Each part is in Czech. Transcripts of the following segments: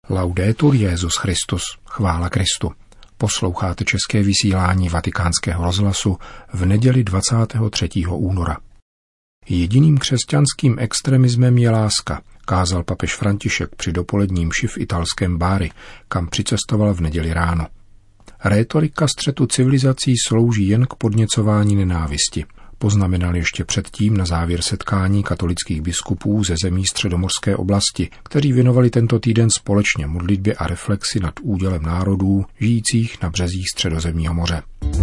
Laudetur Jesus Christus, chvála Kristu. Posloucháte české vysílání Vatikánského rozhlasu v neděli 23. února. Jediným křesťanským extremismem je láska, kázal papež František při dopolední mši v italském Bari, kam přicestoval v neděli ráno. Rétorika střetu civilizací slouží jen k podněcování nenávisti, poznamenal ještě předtím na závěr setkání katolických biskupů ze zemí středomorské oblasti, kteří věnovali tento týden společně modlitbě a reflexi nad údělem národů žijících na březích Středozemního moře.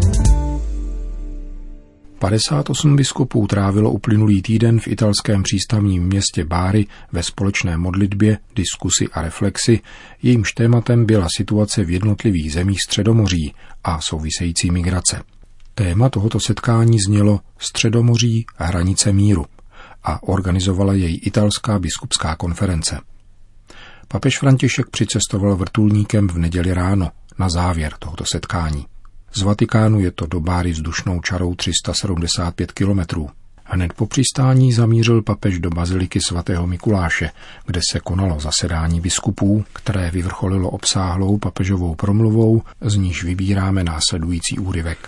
58 biskupů trávilo uplynulý týden v italském přístavním městě Bari ve společné modlitbě, diskusi a reflexi, jejímž tématem byla situace v jednotlivých zemích Středomoří a související migrace. Téma tohoto setkání znělo Středomoří hranice míru a organizovala jej italská biskupská konference. Papež František přicestoval vrtulníkem v neděli ráno na závěr tohoto setkání. Z Vatikánu je to do Bari vzdušnou čarou 375 kilometrů. Hned po přistání zamířil papež do baziliky svatého Mikuláše, kde se konalo zasedání biskupů, které vyvrcholilo obsáhlou papežovou promluvou, z níž vybíráme následující úryvek.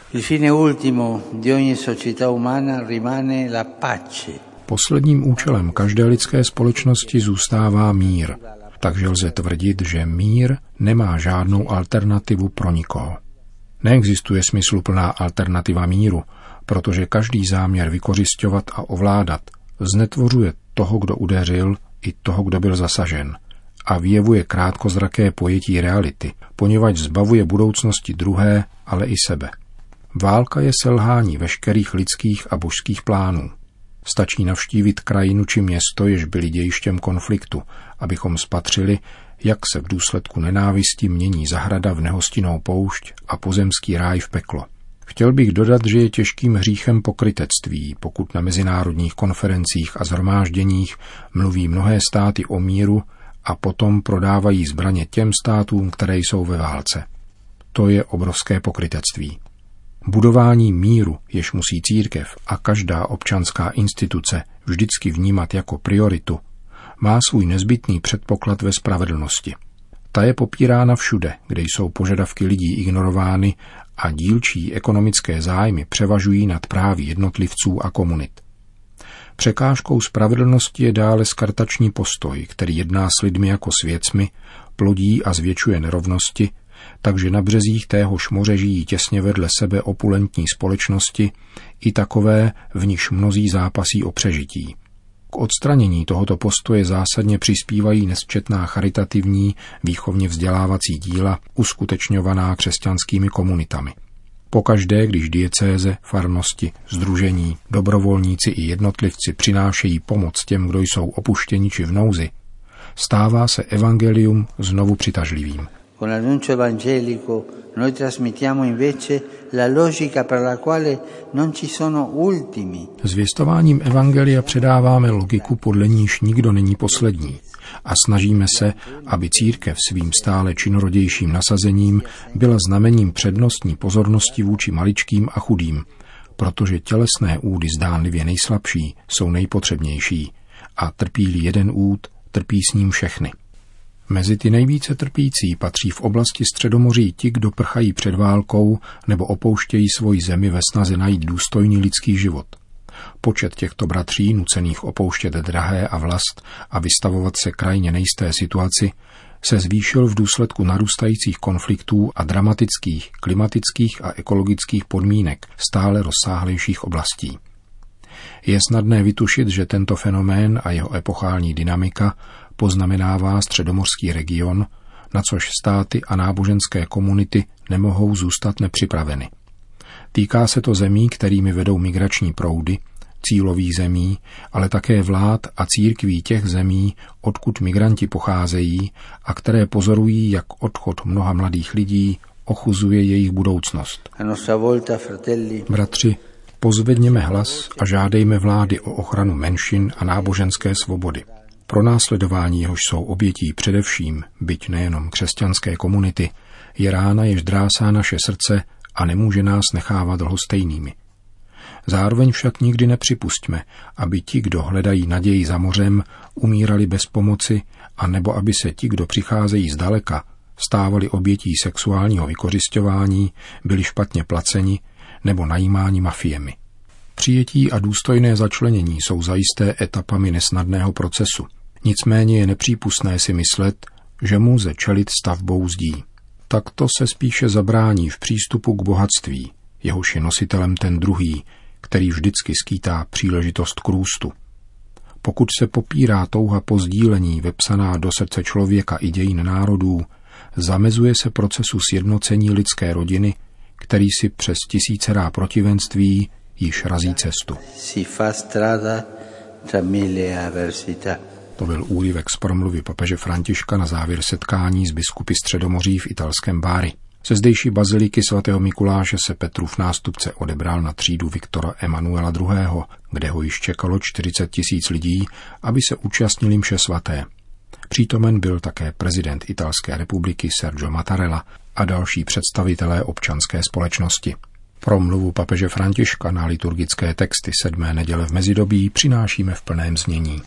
Posledním účelem každé lidské společnosti zůstává mír, takže lze tvrdit, že mír nemá žádnou alternativu pro nikoho. Neexistuje smysluplná alternativa míru, protože každý záměr vykořisťovat a ovládat znetvořuje toho, kdo udeřil, i toho, kdo byl zasažen a vyjevuje krátkozraké pojetí reality, poněvadž zbavuje budoucnosti druhé, ale i sebe. Válka je selhání veškerých lidských a božských plánů. Stačí navštívit krajinu či město, jež byly dějištěm konfliktu, abychom spatřili, jak se v důsledku nenávisti mění zahrada v nehostinnou poušť a pozemský ráj v peklo. Chtěl bych dodat, že je těžkým hříchem pokrytectví, pokud na mezinárodních konferencích a shromážděních mluví mnohé státy o míru a potom prodávají zbraně těm státům, které jsou ve válce. To je obrovské pokrytectví. Budování míru, jež musí církev a každá občanská instituce vždycky vnímat jako prioritu, má svůj nezbytný předpoklad ve spravedlnosti. Ta je popírána všude, kde jsou požadavky lidí ignorovány a dílčí ekonomické zájmy převažují nad právy jednotlivců a komunit. Překážkou spravedlnosti je dále skartační postoj, který jedná s lidmi jako s věcmi, plodí a zvětšuje nerovnosti, takže na březích téhož moře žijí těsně vedle sebe opulentní společnosti, i takové, v nichž mnozí zápasí o přežití. K odstranění tohoto postoje zásadně přispívají nesčetná charitativní, výchovně vzdělávací díla uskutečňovaná křesťanskými komunitami. Pokaždé, když diecéze, farnosti, sdružení, dobrovolníci i jednotlivci přinášejí pomoc těm, kdo jsou opuštěni či v nouzi, stává se evangelium znovu přitažlivým. Con l'annuncio evangelico noi trasmettiamo invece la logica per la quale non ci sono ultimi. Zvěstováním evangelia předáváme logiku, podle níž nikdo není poslední, a snažíme se, aby církev svým stále činorodějším nasazením byla znamením přednostní pozornosti vůči maličkým a chudým, protože tělesné údy zdánlivě nejslabší jsou nejpotřebnější a trpí-li jeden úd, trpí s ním všechny. Mezi ty nejvíce trpící patří v oblasti Středomoří ti, kdo prchají před válkou nebo opouštějí svoji zemi ve snaze najít důstojný lidský život. Počet těchto bratří, nucených opouštět drahé a vlast a vystavovat se krajně nejisté situaci, se zvýšil v důsledku narůstajících konfliktů a dramatických klimatických a ekologických podmínek stále rozsáhlejších oblastí. Je snadné vytušit, že tento fenomén a jeho epochální dynamika poznamenává středomorský region, na což státy a náboženské komunity nemohou zůstat nepřipraveny. Týká se to zemí, kterými vedou migrační proudy, cílových zemí, ale také vlád a církví těch zemí, odkud migranti pocházejí a které pozorují, jak odchod mnoha mladých lidí ochuzuje jejich budoucnost. Bratři, pozvedněme hlas a žádejme vlády o ochranu menšin a náboženské svobody. Pronásledování, jehož jsou obětí především, byť nejenom křesťanské komunity, je rána, jež drásá naše srdce a nemůže nás nechávat lhostejnými. Zároveň však nikdy nepřipustíme, aby ti, kdo hledají naději za mořem, umírali bez pomoci a nebo aby se ti, kdo přicházejí zdaleka, stávali obětí sexuálního vykořisťování, byli špatně placeni nebo najímáni mafiemi. Přijetí a důstojné začlenění jsou zajisté etapami nesnadného procesu. Nicméně je nepřípustné si myslet, že mu lze čelit stavbou zdí. Takto se spíše zabrání v přístupu k bohatství, jehož je nositelem ten druhý, který vždycky skýtá příležitost k růstu. Pokud se popírá touha po sdílení vepsaná do srdce člověka i dějin národů, zamezuje se procesu sjednocení lidské rodiny, který si přes tisícerá protivenství již razí cestu. To byl úryvek z promluvy papeže Františka na závěr setkání s biskupy Středomoří v italském Bari. Ze zdejší baziliky svatého Mikuláše se Petrův nástupce odebral na třídu Viktora Emanuela II., kde ho již čekalo 40 000 lidí, aby se účastnili mše svaté. Přítomen byl také prezident Italské republiky Sergio Mattarella a další představitelé občanské společnosti. Promluvu papeže Františka na liturgické texty 7. neděle v mezidobí přinášíme v plném znění.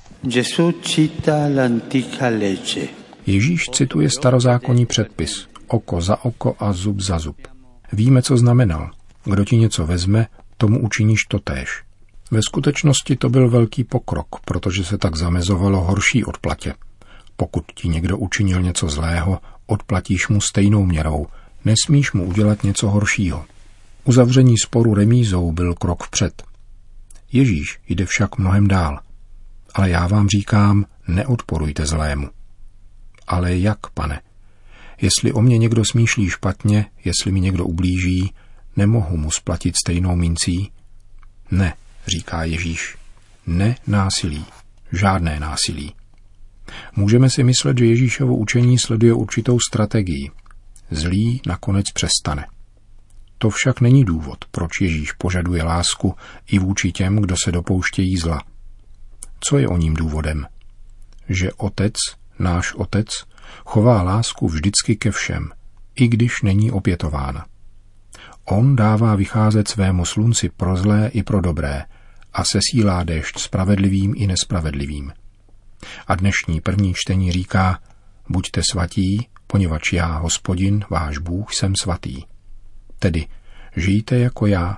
Ježíš cituje starozákonní předpis oko za oko a zub za zub. Víme, co znamenal. Kdo ti něco vezme, tomu učiníš totéž. Ve skutečnosti to byl velký pokrok, protože se tak zamezovalo horší odplatě. Pokud ti někdo učinil něco zlého, odplatíš mu stejnou měrou, nesmíš mu udělat něco horšího. Uzavření sporu remízou byl krok vpřed. Ježíš jde však mnohem dál. Ale já vám říkám, neodporujte zlému. Ale jak, Pane? Jestli o mě někdo smýšlí špatně, jestli mi někdo ublíží, nemohu mu splatit stejnou mincí? Ne, říká Ježíš. Ne násilí. Žádné násilí. Můžeme si myslet, že Ježíšovo učení sleduje určitou strategii. Zlý nakonec přestane. To však není důvod, proč Ježíš požaduje lásku i vůči těm, kdo se dopouštějí zla. Co je o ním důvodem? Že Otec, náš Otec, chová lásku vždycky ke všem, i když není opětována. On dává vycházet svému slunci pro zlé i pro dobré a sesílá déšť spravedlivým i nespravedlivým. A dnešní první čtení říká, buďte svatí, poněvadž já, Hospodin, váš Bůh, jsem svatý. Tedy žijte jako já,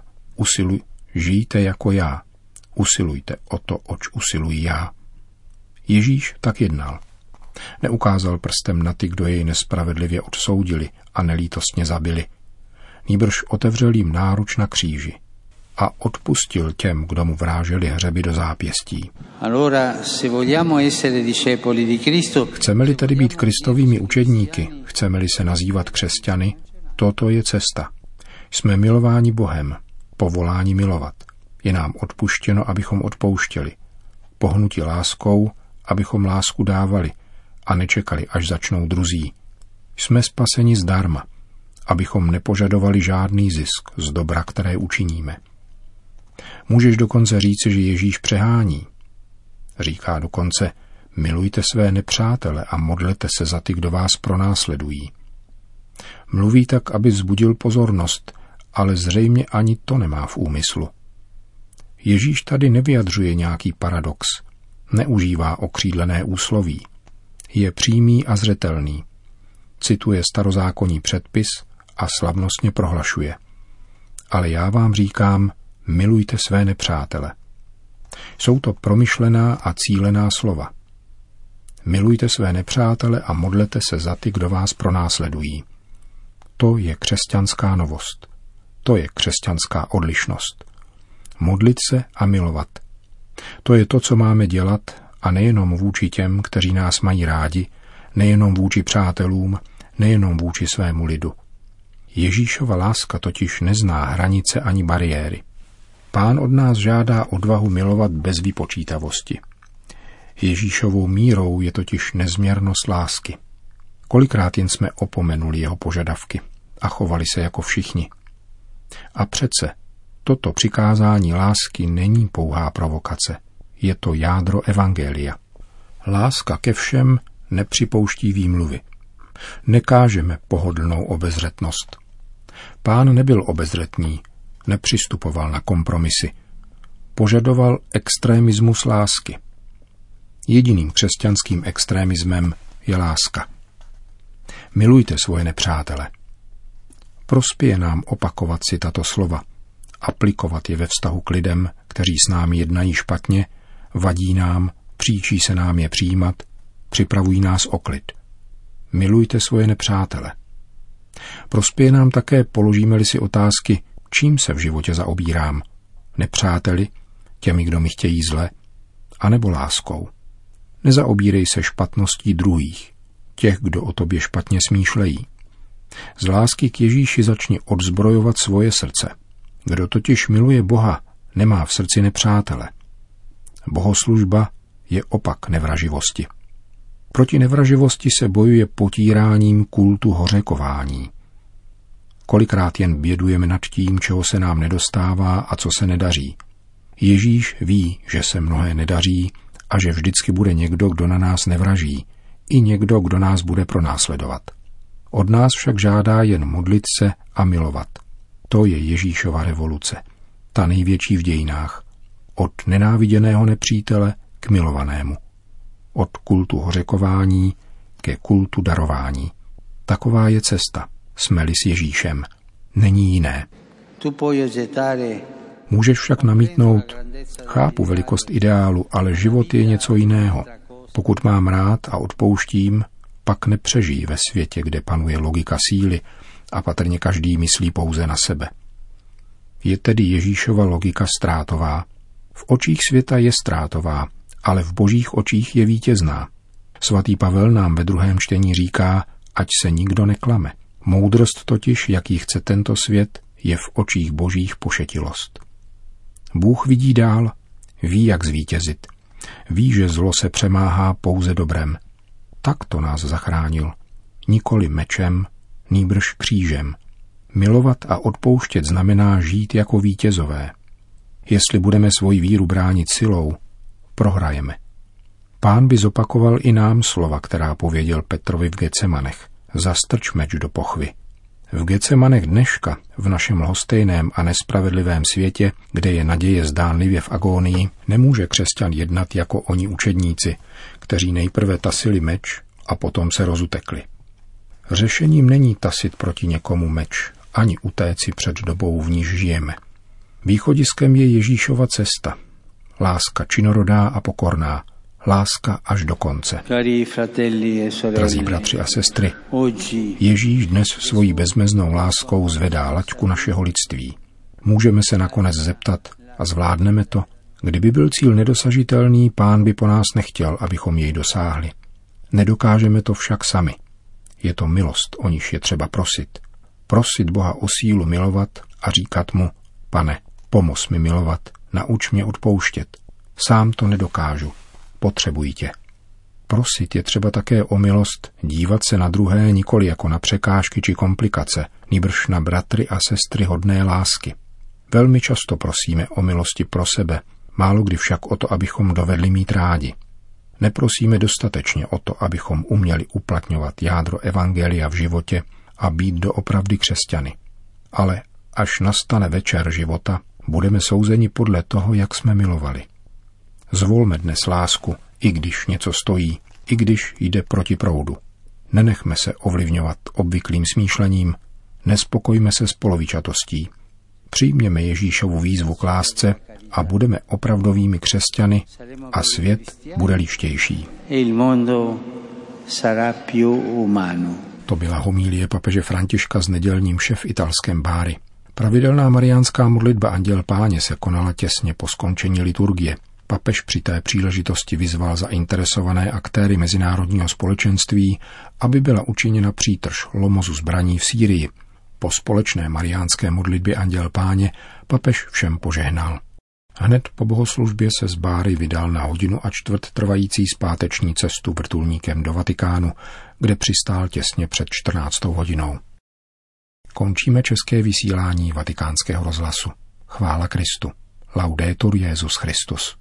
usilujte o to, oč usiluji já. Ježíš tak jednal. Neukázal prstem na ty, kdo jej nespravedlivě odsoudili a nelítostně zabili. Nýbrž otevřel jim náruč na kříži a odpustil těm, kdo mu vráželi hřeby do zápěstí. Chceme-li tedy být Kristovými učedníky, chceme-li se nazývat křesťany, toto je cesta. Jsme milováni Bohem, povoláni milovat. Je nám odpuštěno, abychom odpouštěli. Pohnuti láskou, abychom lásku dávali a nečekali, až začnou druzí. Jsme spaseni zdarma, abychom nepožadovali žádný zisk z dobra, které učiníme. Můžeš dokonce říci, že Ježíš přehání. Říká dokonce, milujte své nepřátele a modlete se za ty, kdo vás pronásledují. Mluví tak, aby vzbudil pozornost, ale zřejmě ani to nemá v úmyslu. Ježíš tady nevyjadřuje nějaký paradox, neužívá okřídlené úsloví. Je přímý a zřetelný. Cituje starozákonní předpis a slavnostně prohlašuje. Ale já vám říkám, milujte své nepřátele. Jsou to promyšlená a cílená slova. Milujte své nepřátele a modlete se za ty, kdo vás pronásledují. To je křesťanská novost. To je křesťanská odlišnost. Modlit se a milovat. To je to, co máme dělat, a nejenom vůči těm, kteří nás mají rádi, nejenom vůči přátelům, nejenom vůči svému lidu. Ježíšova láska totiž nezná hranice ani bariéry. Pán od nás žádá odvahu milovat bez vypočítavosti. Ježíšovou mírou je totiž nezměrnost lásky. Kolikrát jen jsme opomenuli jeho požadavky a chovali se jako všichni. A přece toto přikázání lásky není pouhá provokace. Je to jádro evangelia. Láska ke všem nepřipouští výmluvy. Nekážeme pohodlnou obezřetnost. Pán nebyl obezřetný, nepřistupoval na kompromisy. Požadoval extremismus lásky. Jediným křesťanským extrémismem je láska. Milujte svoje nepřátele. Prospěje nám opakovat si tato slova, aplikovat je ve vztahu k lidem, kteří s námi jednají špatně, vadí nám, příčí se nám je přijímat, připravují nás o klid. Milujte svoje nepřátele. Prospěje nám také, položíme-li si otázky, čím se v životě zaobírám. Nepřáteli, těmi, kdo mi chtějí zle, anebo láskou. Nezaobírej se špatností druhých, těch, kdo o tobě špatně smýšlejí. Z lásky k Ježíši začni odzbrojovat svoje srdce. Kdo totiž miluje Boha, nemá v srdci nepřátele. Bohoslužba je opak nevraživosti. Proti nevraživosti se bojuje potíráním kultu hořekování. Kolikrát jen bědujeme nad tím, čeho se nám nedostává a co se nedaří. Ježíš ví, že se mnohé nedaří a že vždycky bude někdo, kdo na nás nevraží, i někdo, kdo nás bude pronásledovat. Od nás však žádá jen modlit se a milovat. To je Ježíšova revoluce, ta největší v dějinách. Od nenáviděného nepřítele k milovanému. Od kultu hořekování ke kultu darování. Taková je cesta, jsme-li s Ježíšem. Není jiné. Můžeš však namítnout, chápu velikost ideálu, ale život je něco jiného. Pokud mám rád a odpouštím, pak nepřežijí ve světě, kde panuje logika síly a patrně každý myslí pouze na sebe. Je tedy Ježíšova logika ztrátová. V očích světa je ztrátová, ale v božích očích je vítězná. Svatý Pavel nám ve 2. čtení říká, ať se nikdo neklame. Moudrost totiž, jaký chce tento svět, je v očích božích pošetilost. Bůh vidí dál, ví, jak zvítězit. Ví, že zlo se přemáhá pouze dobrem. Tak to nás zachránil. Nikoli mečem, nýbrž křížem. Milovat a odpouštět znamená žít jako vítězové. Jestli budeme svoji víru bránit silou, prohrajeme. Pán by zopakoval i nám slova, která pověděl Petrovi v Getsemanech. Zastrč meč do pochvy. V Getsemanech dneška, v našem lhostejném a nespravedlivém světě, kde je naděje zdánlivě v agónii, nemůže křesťan jednat jako oni učedníci, kteří nejprve tasili meč a potom se rozutekli. Řešením není tasit proti někomu meč, ani utéci před dobou, v níž žijeme. Východiskem je Ježíšova cesta. Láska činorodá a pokorná. Láska až do konce. Drazí bratři a sestry, Ježíš dnes svojí bezmeznou láskou zvedá laťku našeho lidství. Můžeme se nakonec zeptat, a zvládneme to? Kdyby byl cíl nedosažitelný, Pán by po nás nechtěl, abychom jej dosáhli. Nedokážeme to však sami. Je to milost, o níž je třeba prosit. Prosit Boha o sílu milovat a říkat mu, Pane, pomoz mi milovat, nauč mě odpouštět. Sám to nedokážu. Potřebuji tě. Prosit je třeba také o milost, dívat se na druhé nikoli jako na překážky či komplikace, nýbrž na bratry a sestry hodné lásky. Velmi často prosíme o milosti pro sebe, málo kdy však o to, abychom dovedli mít rádi. Neprosíme dostatečně o to, abychom uměli uplatňovat jádro evangelia v životě a být doopravdy křesťany. Ale až nastane večer života, budeme souzeni podle toho, jak jsme milovali. Zvolme dnes lásku, i když něco stojí, i když jde proti proudu. Nenechme se ovlivňovat obvyklým smýšlením, nespokojme se s polovičatostí. Přijměme Ježíšovu výzvu k lásce a budeme opravdovými křesťany a svět bude lištější. To byla homilie papeže Františka z nedělní mše v italském Bari. Pravidelná mariánská modlitba Anděl Páně se konala těsně po skončení liturgie. Papež při té příležitosti vyzval zainteresované aktéry mezinárodního společenství, aby byla učiněna přítrž lomozu zbraní v Sýrii. Po společné mariánské modlitbě Anděl Páně papež všem požehnal. Hned po bohoslužbě se z Báry vydal na 1:15 trvající zpáteční cestu vrtulníkem do Vatikánu, kde přistál těsně před 14. hodinou. Končíme české vysílání Vatikánského rozhlasu. Chvála Kristu. Laudetur Jesus Christus.